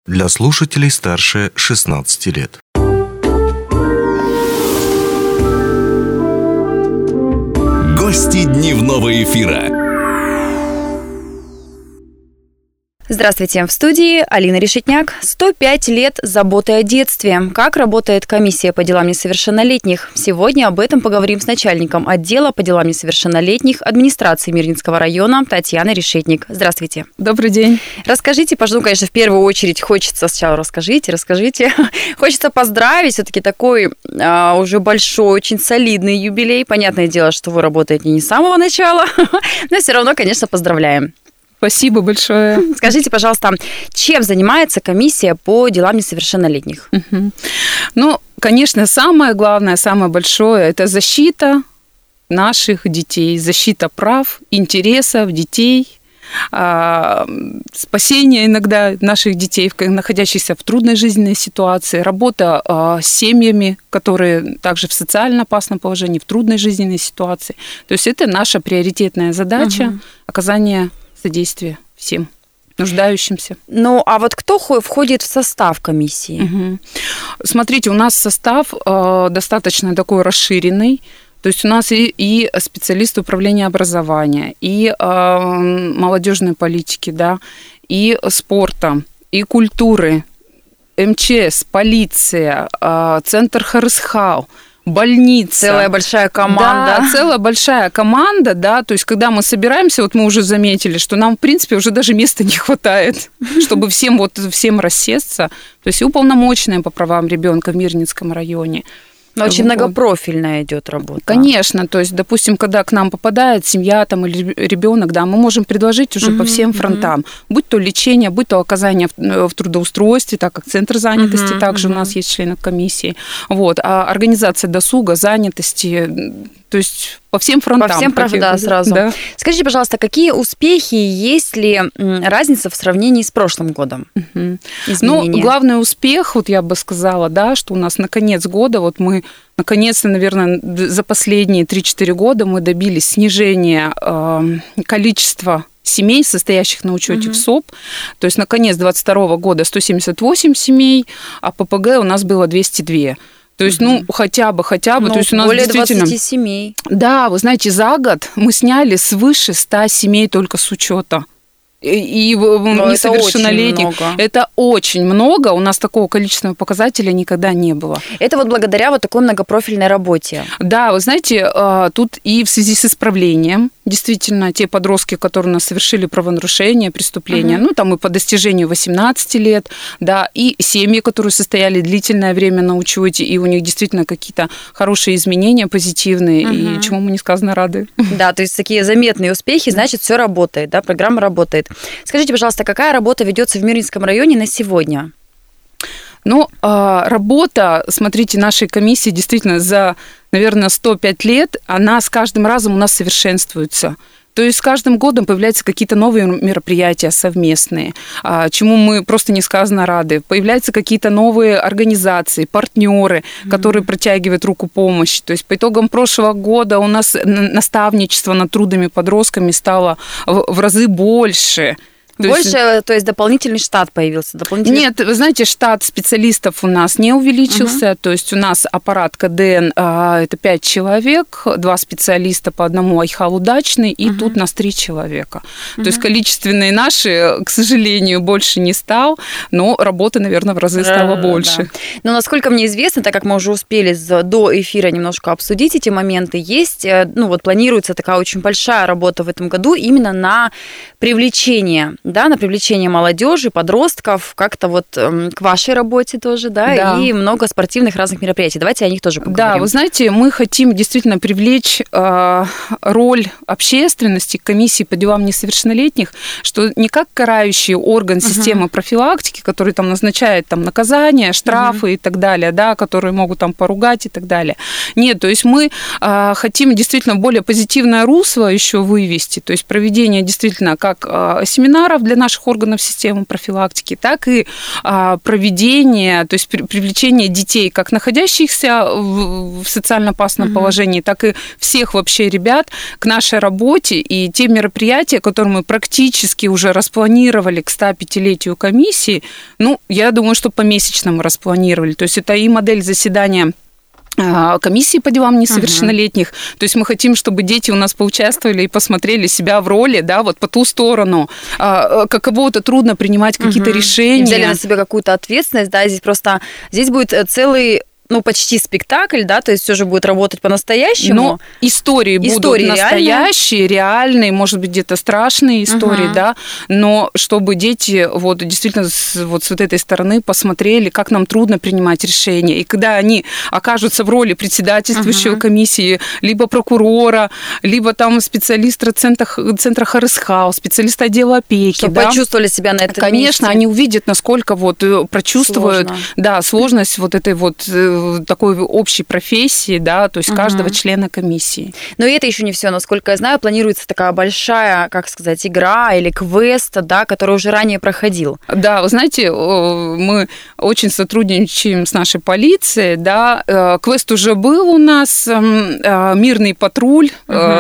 для слушателей старше 16 лет. Гости дневного эфира. Здравствуйте, в студии Алина Решетняк. 105 лет заботы о детстве. Как работает комиссия по делам несовершеннолетних? Сегодня об этом поговорим с начальником отдела по делам несовершеннолетних администрации Мирнинского района Татьяной Решетник. Здравствуйте. Добрый день. Расскажите, пожалуйста, конечно, в первую очередь хочется сначала расскажите. Хочется поздравить, все-таки такой уже большой, очень солидный юбилей. Понятное дело, что вы работаете не с самого начала, но все равно, конечно, поздравляем. Спасибо большое. Скажите, пожалуйста, чем занимается комиссия по делам несовершеннолетних? Ну, конечно, самое главное, самое большое – это защита наших детей, защита прав, интересов детей, спасение иногда наших детей, находящихся в трудной жизненной ситуации, работа с семьями, которые также в социально опасном положении, в трудной жизненной ситуации. То есть это наша приоритетная задача оказания содействия всем нуждающимся. Ну, а вот кто входит в состав комиссии? Смотрите, у нас состав достаточно такой расширенный. То есть у нас и специалисты управления образования, и молодежной политики, да, и спорта, и культуры, МЧС, полиция, центр ХРСХАУ, больница. Целая большая команда. Да, целая большая команда, да, то есть когда мы собираемся, вот мы уже заметили, что нам, в принципе, уже даже места не хватает, чтобы всем рассесться. То есть и уполномоченная по правам ребенка в Мирнинском районе. Но очень многопрофильная идет работа. Конечно, то есть, допустим, когда к нам попадает семья там, или ребенок, да, мы можем предложить уже по всем фронтам, будь то лечение, будь то оказание в трудоустройстве, так как центр занятости также у нас есть члены комиссии, вот, а организация досуга, занятости, то есть по всем фронтам. По всем фронтам, да, сразу. Да. Скажите, пожалуйста, какие успехи, есть ли разница в сравнении с прошлым годом? Ну, главный успех, вот я бы сказала, да, что у нас на конец года, вот мы наконец-то, наверное, за последние 3-4 года мы добились снижения количества семей, состоящих на учете в СОП. То есть на конец 2022 года 178 семей, а ППГ у нас было 202. То есть, ну, хотя бы. Ну, то есть у нас более действительно 20 семей. Да, вы знаете, за год мы сняли свыше 100 семей только с учета. И несовершеннолетних. Это очень много. У нас такого количественного показателя никогда не было. Это вот благодаря вот такой многопрофильной работе. Да, вы знаете, тут и в связи с исправлением, действительно, те подростки, которые у нас совершили правонарушения, преступления, ну, там и по достижению 18 лет, да, и семьи, которые состояли длительное время на учете, и у них действительно какие-то хорошие изменения, позитивные, и чему мы несказанно рады. Да, то есть такие заметные успехи, значит, все работает, да, программа работает. Скажите, пожалуйста, какая работа ведется в Мирнинском районе на сегодня? Ну, работа, смотрите, нашей комиссии действительно за, наверное, 105 лет, она с каждым разом у нас совершенствуется. То есть с каждым годом появляются какие-то новые мероприятия совместные, чему мы просто несказанно рады. Появляются какие-то новые организации, партнеры, которые протягивают руку помощи. То есть по итогам прошлого года у нас наставничество над трудными подростками стало в разы больше. Больше, то есть дополнительный штат появился? Нет, вы знаете, штат специалистов у нас не увеличился, то есть у нас аппарат КДН, это 5 человек, 2 специалиста по одному Айхал удачный, и тут нас 3 человека. То есть количественные наши, к сожалению, больше не стал, но работы, наверное, в разы стало больше. Да. Но насколько мне известно, так как мы уже успели до эфира немножко обсудить эти моменты, есть, ну вот планируется такая очень большая работа в этом году именно на привлечение, да, на привлечение молодежи, подростков, как-то вот к вашей работе тоже, да, и много спортивных разных мероприятий. Давайте о них тоже поговорим. Да, вы знаете, мы хотим действительно привлечь роль общественности к комиссии по делам несовершеннолетних, что не как карающий орган системы профилактики, который там назначает там наказания, штрафы и так далее, да, которые могут там поругать и так далее. Нет, то есть мы хотим действительно более позитивное русло еще вывести, то есть проведение действительно как семинаров примеров для наших органов системы профилактики, так и проведение, то есть привлечение детей, как находящихся в социально опасном положении, так и всех вообще ребят к нашей работе. И те мероприятия, которые мы практически уже распланировали к 105-летию комиссии, я думаю, что помесячно мы распланировали. То есть это и модель заседания комиссии по делам несовершеннолетних. То есть мы хотим, чтобы дети у нас поучаствовали и посмотрели себя в роли, да, вот по ту сторону. Каково это трудно принимать какие-то решения. И взяли на себя какую-то ответственность, да, здесь будет целый почти спектакль, да, то есть все же будет работать по-настоящему. Но истории будут настоящие, реальные, может быть, где-то страшные истории, да, но чтобы дети действительно с этой стороны посмотрели, как нам трудно принимать решения. И когда они окажутся в роли председательствующего комиссии, либо прокурора, либо там специалиста центра ХРСХ, специалиста отдела опеки. Чтобы почувствовали себя на этом Конечно, месте. Они увидят, насколько прочувствуют сложность этой такой общей профессии, да, то есть каждого члена комиссии. Но и это еще не все. Насколько я знаю, планируется такая большая, игра или квест, да, который уже ранее проходил. Да, вы знаете, мы очень сотрудничаем с нашей полицией, да. Квест уже был у нас, мирный патруль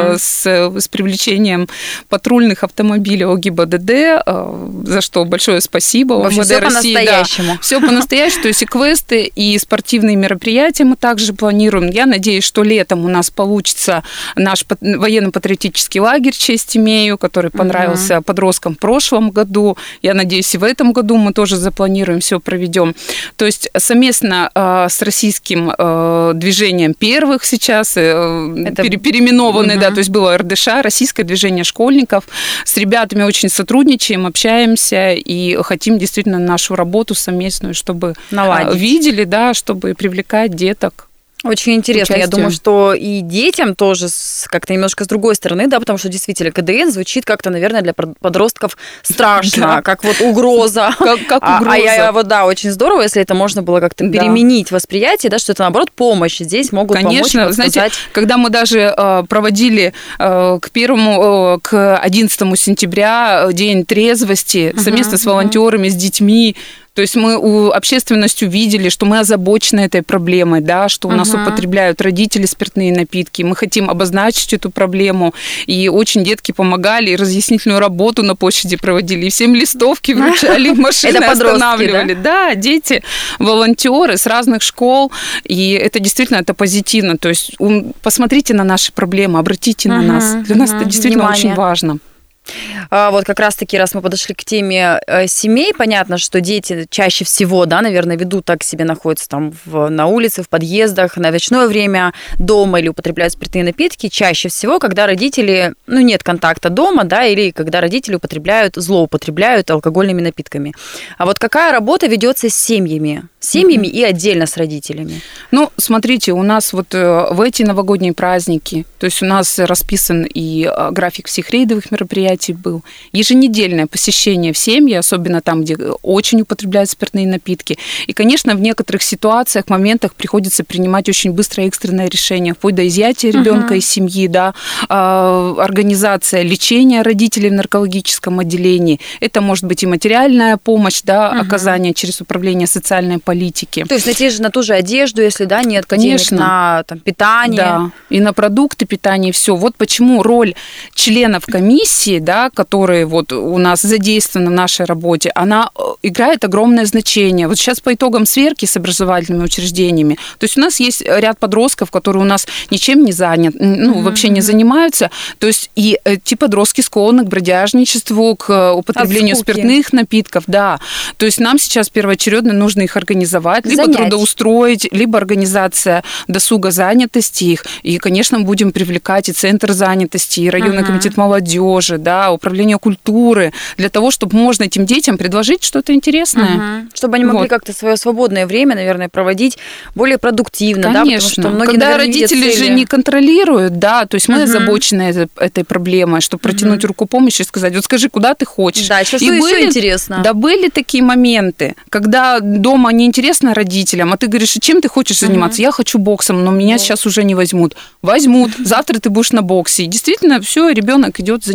с привлечением патрульных автомобилей ОГИБДД, за что большое спасибо. Вообще все по-настоящему. Да, все по-настоящему, то есть и квесты, и спортивные мероприятия мы также планируем. Я надеюсь, что летом у нас получится наш военно-патриотический лагерь «Честь имею», который понравился подросткам в прошлом году. Я надеюсь, и в этом году мы тоже запланируем, все проведем. То есть совместно с российским движением первых сейчас, переименованное, да, то есть было РДШ, Российское движение школьников. С ребятами очень сотрудничаем, общаемся и хотим действительно нашу работу совместную, чтобы видели, да, чтобы привлекать деток. Очень интересно. Я думаю, что и детям тоже как-то немножко с другой стороны, да, потому что действительно КДН звучит как-то, наверное, для подростков страшно, как угроза. Как угроза. Очень здорово, если это можно было как-то переменить восприятие, да, что это, наоборот, помощь. Здесь могут помочь, подсказать. Знаете, когда мы даже проводили к 11 сентября День трезвости совместно с волонтерами, с детьми, то есть мы общественностью видели, что мы озабочены этой проблемой, да, что у нас употребляют родители спиртные напитки. Мы хотим обозначить эту проблему. И очень детки помогали, и разъяснительную работу на площади проводили, и всем листовки вручали, машины останавливали. Да, дети, волонтеры с разных школ. И это действительно позитивно. То есть посмотрите на наши проблемы, обратите на нас. Для нас это действительно очень важно. Вот как раз-таки, раз мы подошли к теме семей, понятно, что дети чаще всего, да, наверное, ведут так себя, находятся там на улице, в подъездах, на ночное время дома или употребляют спиртные напитки, чаще всего, когда родители, нет контакта дома, да, или когда родители злоупотребляют алкогольными напитками. А вот какая работа ведется с семьями и отдельно с родителями? Смотрите, у нас в эти новогодние праздники, то есть у нас расписан и график всех рейдовых мероприятий был, еженедельное посещение в семьи, особенно там, где очень употребляют спиртные напитки. И, конечно, в некоторых ситуациях, моментах приходится принимать очень быстрое экстренное решение, вплоть до изъятия ребенка из семьи, да, организация лечения родителей в наркологическом отделении. Это может быть и материальная помощь, да, оказание через управление социальной политики. То есть на ту же одежду, если, да, нет, конечно, денег на питание. Да, и на продукты питания, и все. Вот почему роль членов комиссии, да, которые у нас задействованы в нашей работе, она играет огромное значение. Вот сейчас по итогам сверки с образовательными учреждениями, то есть у нас есть ряд подростков, которые у нас ничем не заняты, вообще не занимаются, то есть и эти подростки склонны к бродяжничеству, к употреблению спиртных напитков, да. То есть нам сейчас первоочередно нужно их организовать, либо трудоустроить, либо организация досуга занятости их, и, конечно, будем привлекать и Центр занятости, и районный комитет молодежи, да, управление культуры, для того, чтобы можно этим детям предложить что-то интересное. Чтобы они могли как-то свое свободное время, наверное, проводить более продуктивно. Конечно. Да, потому что многие, когда родители же не контролируют, да, то есть мы озабочены этой проблемой, чтобы протянуть руку помощи и сказать, скажи, куда ты хочешь. Да, сейчас еще интересно. Да, были такие моменты, когда дома неинтересно родителям, а ты говоришь, чем ты хочешь заниматься? Я хочу боксом, но меня сейчас уже не возьмут. Возьмут, завтра ты будешь на боксе. И действительно, все, ребенок идет, занимается в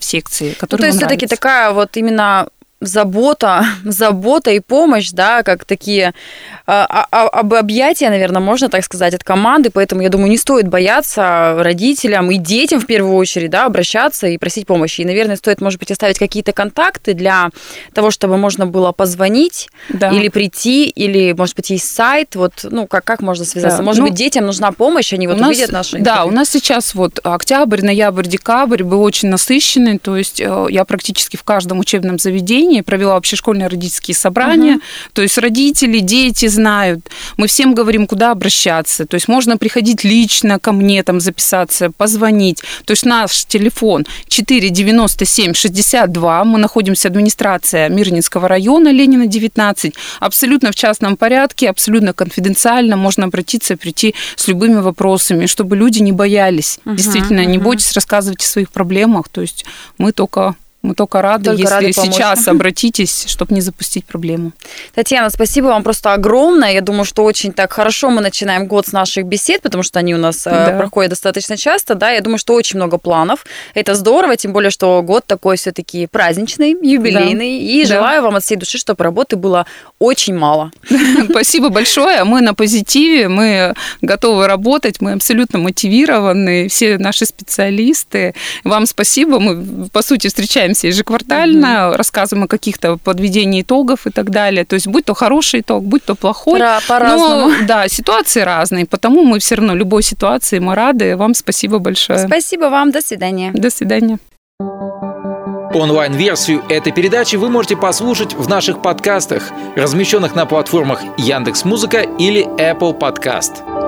секции, которые Ну, то есть все-таки такая вот именно забота и помощь, да, как такие объятия, наверное, можно так сказать, от команды, поэтому, я думаю, не стоит бояться родителям и детям в первую очередь, да, обращаться и просить помощи. И, наверное, стоит, может быть, оставить какие-то контакты для того, чтобы можно было позвонить или прийти, или, может быть, есть сайт, вот, ну, как можно связаться? Может быть, детям нужна помощь, они вот увидят наши... Да, у нас сейчас вот октябрь, ноябрь, декабрь был очень насыщенный, то есть я практически в каждом учебном заведении провела общешкольные родительские собрания, то есть родители, дети знают, мы всем говорим, куда обращаться, то есть можно приходить лично ко мне, там, записаться, позвонить, то есть наш телефон 497-62, мы находимся, администрация Мирнинского района, Ленина, 19, абсолютно в частном порядке, абсолютно конфиденциально, можно обратиться, прийти с любыми вопросами, чтобы люди не боялись, действительно, не бойтесь, рассказывать о своих проблемах, то есть мы только рады, если сейчас обратитесь, чтобы не запустить проблему. Татьяна, спасибо вам просто огромное. Я думаю, что очень так хорошо мы начинаем год с наших бесед, потому что они у нас проходят достаточно часто. Да? Я думаю, что очень много планов. Это здорово, тем более, что год такой все-таки праздничный, юбилейный. И желаю вам от всей души, чтобы работы было очень мало. Спасибо большое. Мы на позитиве, мы готовы работать, мы абсолютно мотивированы, все наши специалисты. Вам спасибо. Мы, по сути, встречаемся ежеквартально, рассказываем о каких-то подведении итогов и так далее. То есть будь то хороший итог, будь то плохой. По-разному. Но, да, ситуации разные, потому мы все равно любой ситуации мы рады. Вам спасибо большое. Спасибо вам. До свидания. До свидания. Онлайн-версию этой передачи вы можете послушать в наших подкастах, размещенных на платформах Яндекс.Музыка или Apple Podcast.